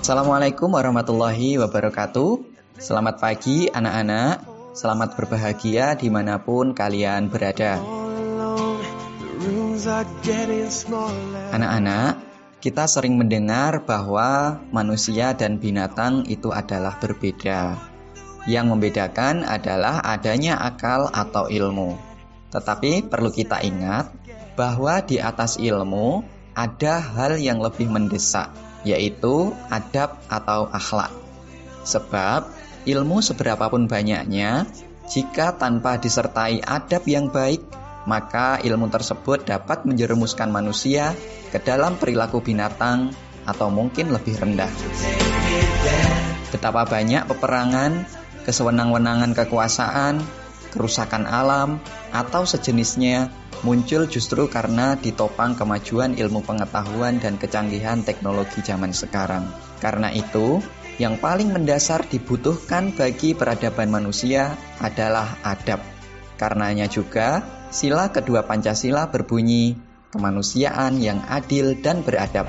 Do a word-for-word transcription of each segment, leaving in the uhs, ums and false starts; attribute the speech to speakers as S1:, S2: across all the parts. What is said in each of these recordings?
S1: Assalamualaikum warahmatullahi wabarakatuh. Selamat pagi anak-anak. Selamat berbahagia dimanapun kalian berada. Anak-anak, kita sering mendengar bahwa manusia dan binatang itu adalah berbeda. Yang membedakan adalah adanya akal atau ilmu. Tetapi perlu kita ingat bahwa di atas ilmu ada hal yang lebih mendesak, yaitu adab atau akhlak. Sebab ilmu seberapapun banyaknya, jika tanpa disertai adab yang baik, maka ilmu tersebut dapat menjerumuskan manusia ke dalam perilaku binatang atau mungkin lebih rendah. Betapa banyak peperangan, kesewenang-wenangan kekuasaan, kerusakan alam, atau sejenisnya muncul justru karena ditopang kemajuan ilmu pengetahuan dan kecanggihan teknologi zaman sekarang. Karena itu, yang paling mendasar dibutuhkan bagi peradaban manusia adalah adab. Karenanya juga, sila kedua Pancasila berbunyi, kemanusiaan yang adil dan beradab.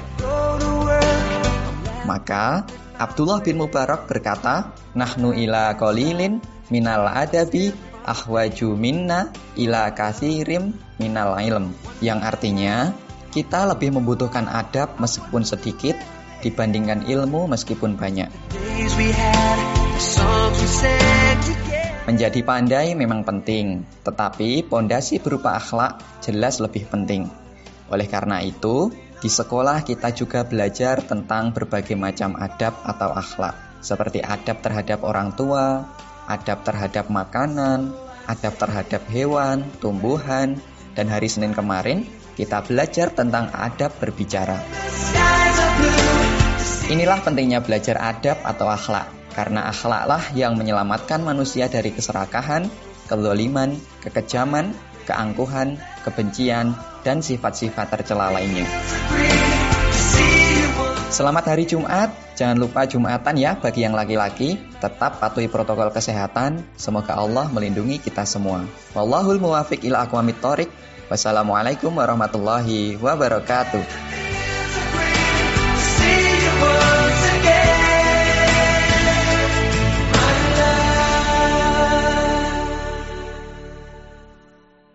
S1: Maka, Abdullah bin Mubarak berkata, Nahnu ila qalilin minal adabi ahwaju minna ila kathirim minal ilm. Yang artinya, kita lebih membutuhkan adab meskipun sedikit dibandingkan ilmu meskipun banyak. Menjadi pandai memang penting, tetapi pondasi berupa akhlak jelas lebih penting. Oleh karena itu, di sekolah kita juga belajar tentang berbagai macam adab atau akhlak, seperti adab terhadap orang tua, adab terhadap makanan, adab terhadap hewan, tumbuhan, dan hari Senin kemarin kita belajar tentang adab berbicara. Inilah pentingnya belajar adab atau akhlak, karena akhlaklah yang menyelamatkan manusia dari keserakahan, kezaliman, kekejaman, keangkuhan, kebencian, dan sifat-sifat tercela lainnya. Selamat hari Jumat, jangan lupa Jumatan ya bagi yang laki-laki, tetap patuhi protokol kesehatan, semoga Allah melindungi kita semua. Wallahul muwafiq ila aqwamit thoriq. Wassalamualaikum warahmatullahi wabarakatuh.